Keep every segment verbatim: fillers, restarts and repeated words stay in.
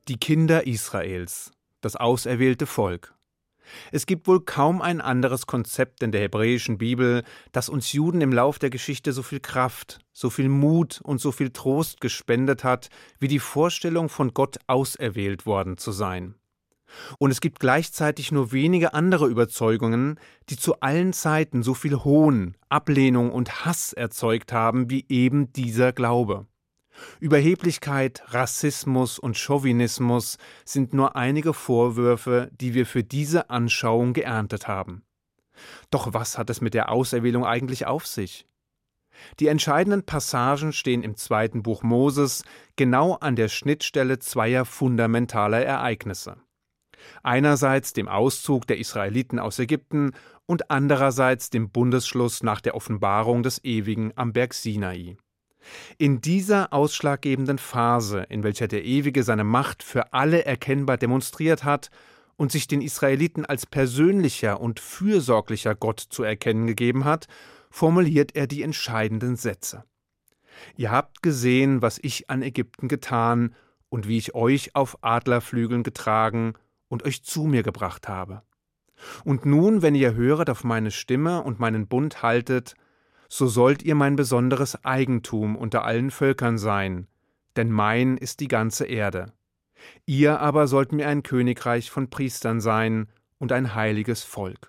Die Kinder Israels, das auserwählte Volk. Es gibt wohl kaum ein anderes Konzept in der hebräischen Bibel, das uns Juden im Lauf der Geschichte so viel Kraft, so viel Mut und so viel Trost gespendet hat, wie die Vorstellung, von Gott auserwählt worden zu sein. Und es gibt gleichzeitig nur wenige andere Überzeugungen, die zu allen Zeiten so viel Hohn, Ablehnung und Hass erzeugt haben wie eben dieser Glaube. Überheblichkeit, Rassismus und Chauvinismus sind nur einige Vorwürfe, die wir für diese Anschauung geerntet haben. Doch was hat es mit der Auserwählung eigentlich auf sich? Die entscheidenden Passagen stehen im zweiten Buch Moses genau an der Schnittstelle zweier fundamentaler Ereignisse. Einerseits dem Auszug der Israeliten aus Ägypten und andererseits dem Bundesschluss nach der Offenbarung des Ewigen am Berg Sinai. In dieser ausschlaggebenden Phase, in welcher der Ewige seine Macht für alle erkennbar demonstriert hat und sich den Israeliten als persönlicher und fürsorglicher Gott zu erkennen gegeben hat, formuliert er die entscheidenden Sätze. Ihr habt gesehen, was ich an Ägypten getan und wie ich euch auf Adlerflügeln getragen und euch zu mir gebracht habe. Und nun, wenn ihr höret auf meine Stimme und meinen Bund haltet, so sollt ihr mein besonderes Eigentum unter allen Völkern sein, denn mein ist die ganze Erde. Ihr aber sollt mir ein Königreich von Priestern sein und ein heiliges Volk.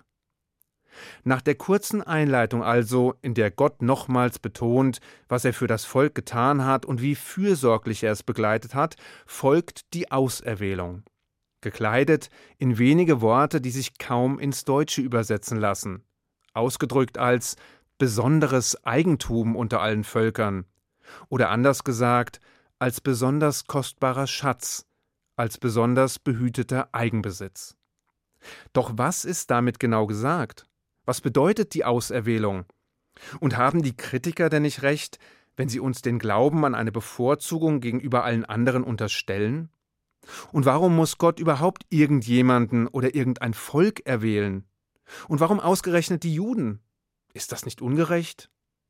Nach der kurzen Einleitung also, in der Gott nochmals betont, was er für das Volk getan hat und wie fürsorglich er es begleitet hat, folgt die Auserwählung. Gekleidet in wenige Worte, die sich kaum ins Deutsche übersetzen lassen. Ausgedrückt als besonderes Eigentum unter allen Völkern oder anders gesagt, als besonders kostbarer Schatz, als besonders behüteter Eigenbesitz. Doch was ist damit genau gesagt? Was bedeutet die Auserwählung? Und haben die Kritiker denn nicht recht, wenn sie uns den Glauben an eine Bevorzugung gegenüber allen anderen unterstellen? Und warum muss Gott überhaupt irgendjemanden oder irgendein Volk erwählen? Und warum ausgerechnet die Juden? Ist das nicht ungerecht?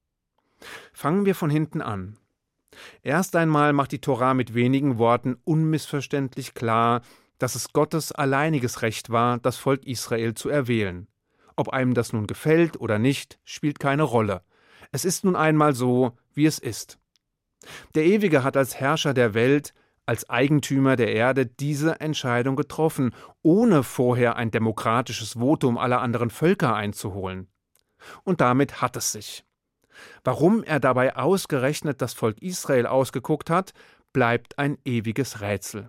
Fangen wir von hinten an. Erst einmal macht die Tora mit wenigen Worten unmissverständlich klar, dass es Gottes alleiniges Recht war, das Volk Israel zu erwählen. Ob einem das nun gefällt oder nicht, spielt keine Rolle. Es ist nun einmal so, wie es ist. Der Ewige hat als Herrscher der Welt, als Eigentümer der Erde diese Entscheidung getroffen, ohne vorher ein demokratisches Votum aller anderen Völker einzuholen. Und damit hat es sich. Warum er dabei ausgerechnet das Volk Israel ausgeguckt hat, bleibt ein ewiges Rätsel.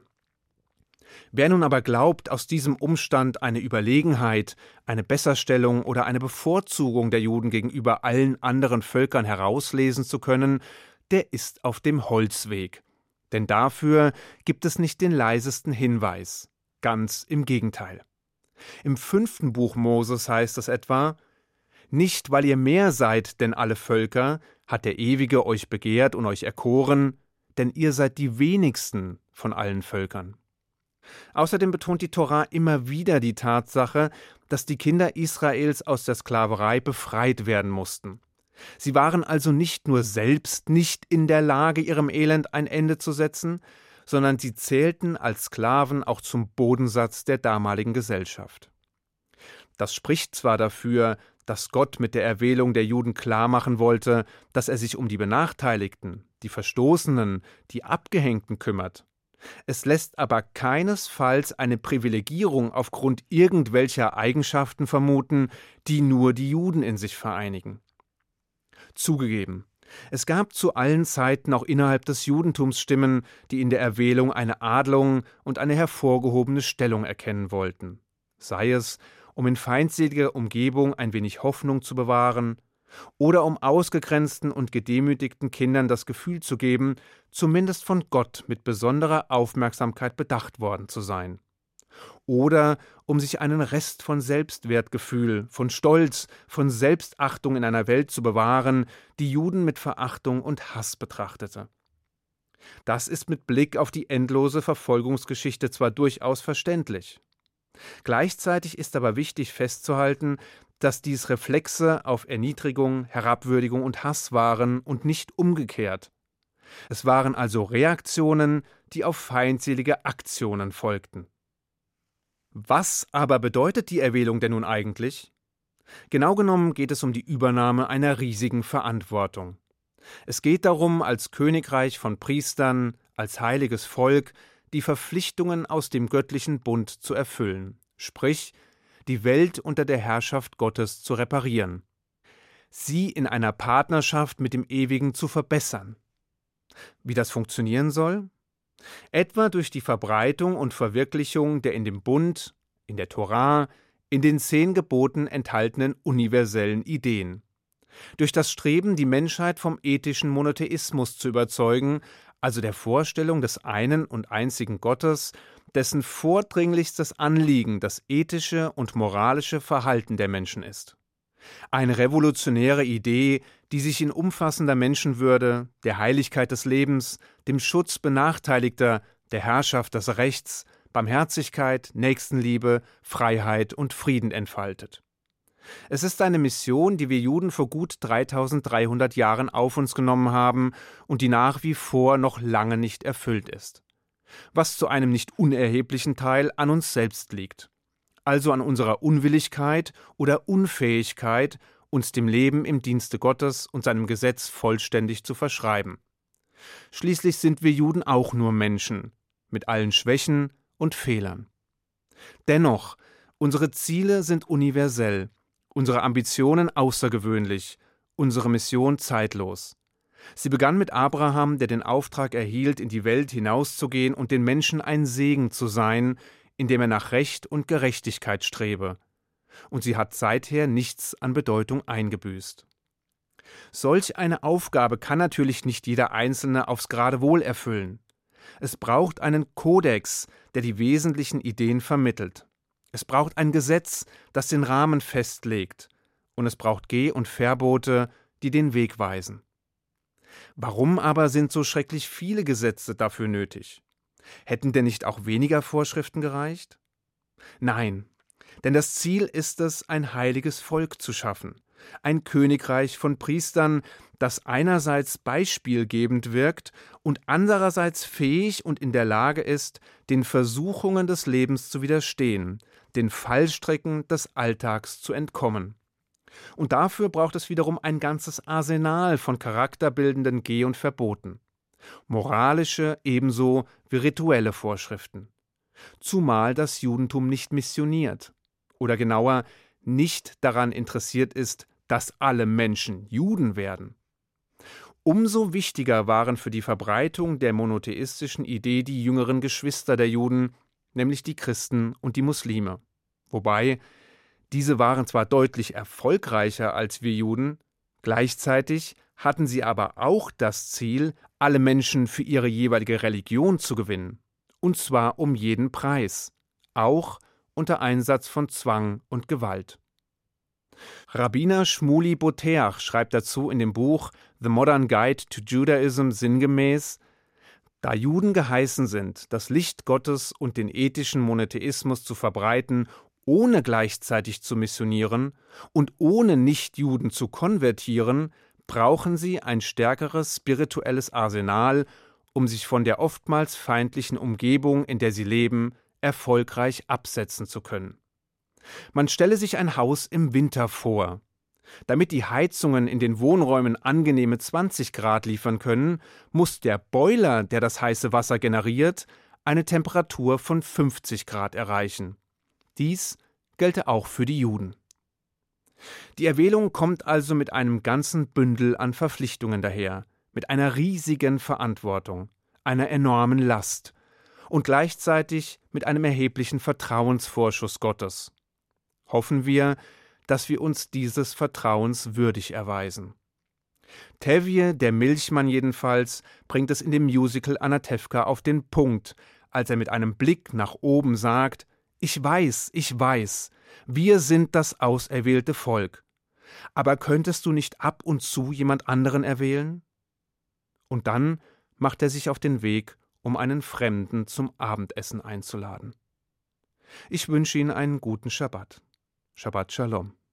Wer nun aber glaubt, aus diesem Umstand eine Überlegenheit, eine Besserstellung oder eine Bevorzugung der Juden gegenüber allen anderen Völkern herauslesen zu können, der ist auf dem Holzweg. Denn dafür gibt es nicht den leisesten Hinweis. Ganz im Gegenteil. Im fünften Buch Moses heißt es etwa: Nicht, weil ihr mehr seid denn alle Völker, hat der Ewige euch begehrt und euch erkoren, denn ihr seid die wenigsten von allen Völkern. Außerdem betont die Tora immer wieder die Tatsache, dass die Kinder Israels aus der Sklaverei befreit werden mussten. Sie waren also nicht nur selbst nicht in der Lage, ihrem Elend ein Ende zu setzen, sondern sie zählten als Sklaven auch zum Bodensatz der damaligen Gesellschaft. Das spricht zwar dafür, dass Gott mit der Erwählung der Juden klarmachen wollte, dass er sich um die Benachteiligten, die Verstoßenen, die Abgehängten kümmert. Es lässt aber keinesfalls eine Privilegierung aufgrund irgendwelcher Eigenschaften vermuten, die nur die Juden in sich vereinigen. Zugegeben, es gab zu allen Zeiten auch innerhalb des Judentums Stimmen, die in der Erwählung eine Adlung und eine hervorgehobene Stellung erkennen wollten. Sei es, um in feindseliger Umgebung ein wenig Hoffnung zu bewahren, oder um ausgegrenzten und gedemütigten Kindern das Gefühl zu geben, zumindest von Gott mit besonderer Aufmerksamkeit bedacht worden zu sein. Oder um sich einen Rest von Selbstwertgefühl, von Stolz, von Selbstachtung in einer Welt zu bewahren, die Juden mit Verachtung und Hass betrachtete. Das ist mit Blick auf die endlose Verfolgungsgeschichte zwar durchaus verständlich. Gleichzeitig ist aber wichtig festzuhalten, dass dies Reflexe auf Erniedrigung, Herabwürdigung und Hass waren und nicht umgekehrt. Es waren also Reaktionen, die auf feindselige Aktionen folgten. Was aber bedeutet die Erwählung denn nun eigentlich? Genau genommen geht es um die Übernahme einer riesigen Verantwortung. Es geht darum, als Königreich von Priestern, als heiliges Volk, die Verpflichtungen aus dem göttlichen Bund zu erfüllen, sprich, die Welt unter der Herrschaft Gottes zu reparieren, sie in einer Partnerschaft mit dem Ewigen zu verbessern. Wie das funktionieren soll? Etwa durch die Verbreitung und Verwirklichung der in dem Bund, in der Torah, in den zehn Geboten enthaltenen universellen Ideen. Durch das Streben, die Menschheit vom ethischen Monotheismus zu überzeugen, also der Vorstellung des einen und einzigen Gottes, dessen vordringlichstes Anliegen das ethische und moralische Verhalten der Menschen ist. Eine revolutionäre Idee, die sich in umfassender Menschenwürde, der Heiligkeit des Lebens, dem Schutz Benachteiligter, der Herrschaft des Rechts, Barmherzigkeit, Nächstenliebe, Freiheit und Frieden entfaltet. Es ist eine Mission, die wir Juden vor gut dreitausenddreihundert Jahren auf uns genommen haben und die nach wie vor noch lange nicht erfüllt ist. Was zu einem nicht unerheblichen Teil an uns selbst liegt. Also an unserer Unwilligkeit oder Unfähigkeit, uns dem Leben im Dienste Gottes und seinem Gesetz vollständig zu verschreiben. Schließlich sind wir Juden auch nur Menschen, mit allen Schwächen und Fehlern. Dennoch, unsere Ziele sind universell, unsere Ambitionen außergewöhnlich, unsere Mission zeitlos. Sie begann mit Abraham, der den Auftrag erhielt, in die Welt hinauszugehen und den Menschen ein Segen zu sein, indem er nach Recht und Gerechtigkeit strebe. Und sie hat seither nichts an Bedeutung eingebüßt. Solch eine Aufgabe kann natürlich nicht jeder Einzelne aufs Geradewohl erfüllen. Es braucht einen Kodex, der die wesentlichen Ideen vermittelt. Es braucht ein Gesetz, das den Rahmen festlegt. Und es braucht Geh- und Verbote, die den Weg weisen. Warum aber sind so schrecklich viele Gesetze dafür nötig? Hätten denn nicht auch weniger Vorschriften gereicht? Nein, denn das Ziel ist es, ein heiliges Volk zu schaffen, ein Königreich von Priestern, das einerseits beispielgebend wirkt und andererseits fähig und in der Lage ist, den Versuchungen des Lebens zu widerstehen, den Fallstricken des Alltags zu entkommen. Und dafür braucht es wiederum ein ganzes Arsenal von charakterbildenden Geh- und Verboten. Moralische ebenso wie rituelle Vorschriften. Zumal das Judentum nicht missioniert oder genauer nicht daran interessiert ist, dass alle Menschen Juden werden. Umso wichtiger waren für die Verbreitung der monotheistischen Idee die jüngeren Geschwister der Juden, nämlich die Christen und die Muslime. Wobei, diese waren zwar deutlich erfolgreicher als wir Juden, gleichzeitig hatten sie aber auch das Ziel, alle Menschen für ihre jeweilige Religion zu gewinnen. Und zwar um jeden Preis, auch unter Einsatz von Zwang und Gewalt. Rabbiner Shmuli Boteach schreibt dazu in dem Buch The Modern Guide to Judaism sinngemäß: Da Juden geheißen sind, das Licht Gottes und den ethischen Monotheismus zu verbreiten, ohne gleichzeitig zu missionieren und ohne Nichtjuden zu konvertieren, brauchen sie ein stärkeres spirituelles Arsenal, um sich von der oftmals feindlichen Umgebung, in der sie leben, erfolgreich absetzen zu können. Man stelle sich ein Haus im Winter vor. Damit die Heizungen in den Wohnräumen angenehme zwanzig Grad liefern können, muss der Boiler, der das heiße Wasser generiert, eine Temperatur von fünfzig Grad erreichen. Dies gelte auch für die Juden. Die Erwählung kommt also mit einem ganzen Bündel an Verpflichtungen daher, mit einer riesigen Verantwortung, einer enormen Last und gleichzeitig mit einem erheblichen Vertrauensvorschuss Gottes. Hoffen wir, dass wir uns dieses Vertrauens würdig erweisen. Tevye, der Milchmann jedenfalls, bringt es in dem Musical Anatevka auf den Punkt, als er mit einem Blick nach oben sagt: Ich weiß, ich weiß, wir sind das auserwählte Volk. Aber könntest du nicht ab und zu jemand anderen erwählen? Und dann macht er sich auf den Weg, um einen Fremden zum Abendessen einzuladen. Ich wünsche Ihnen einen guten Schabbat. Shabbat Shalom.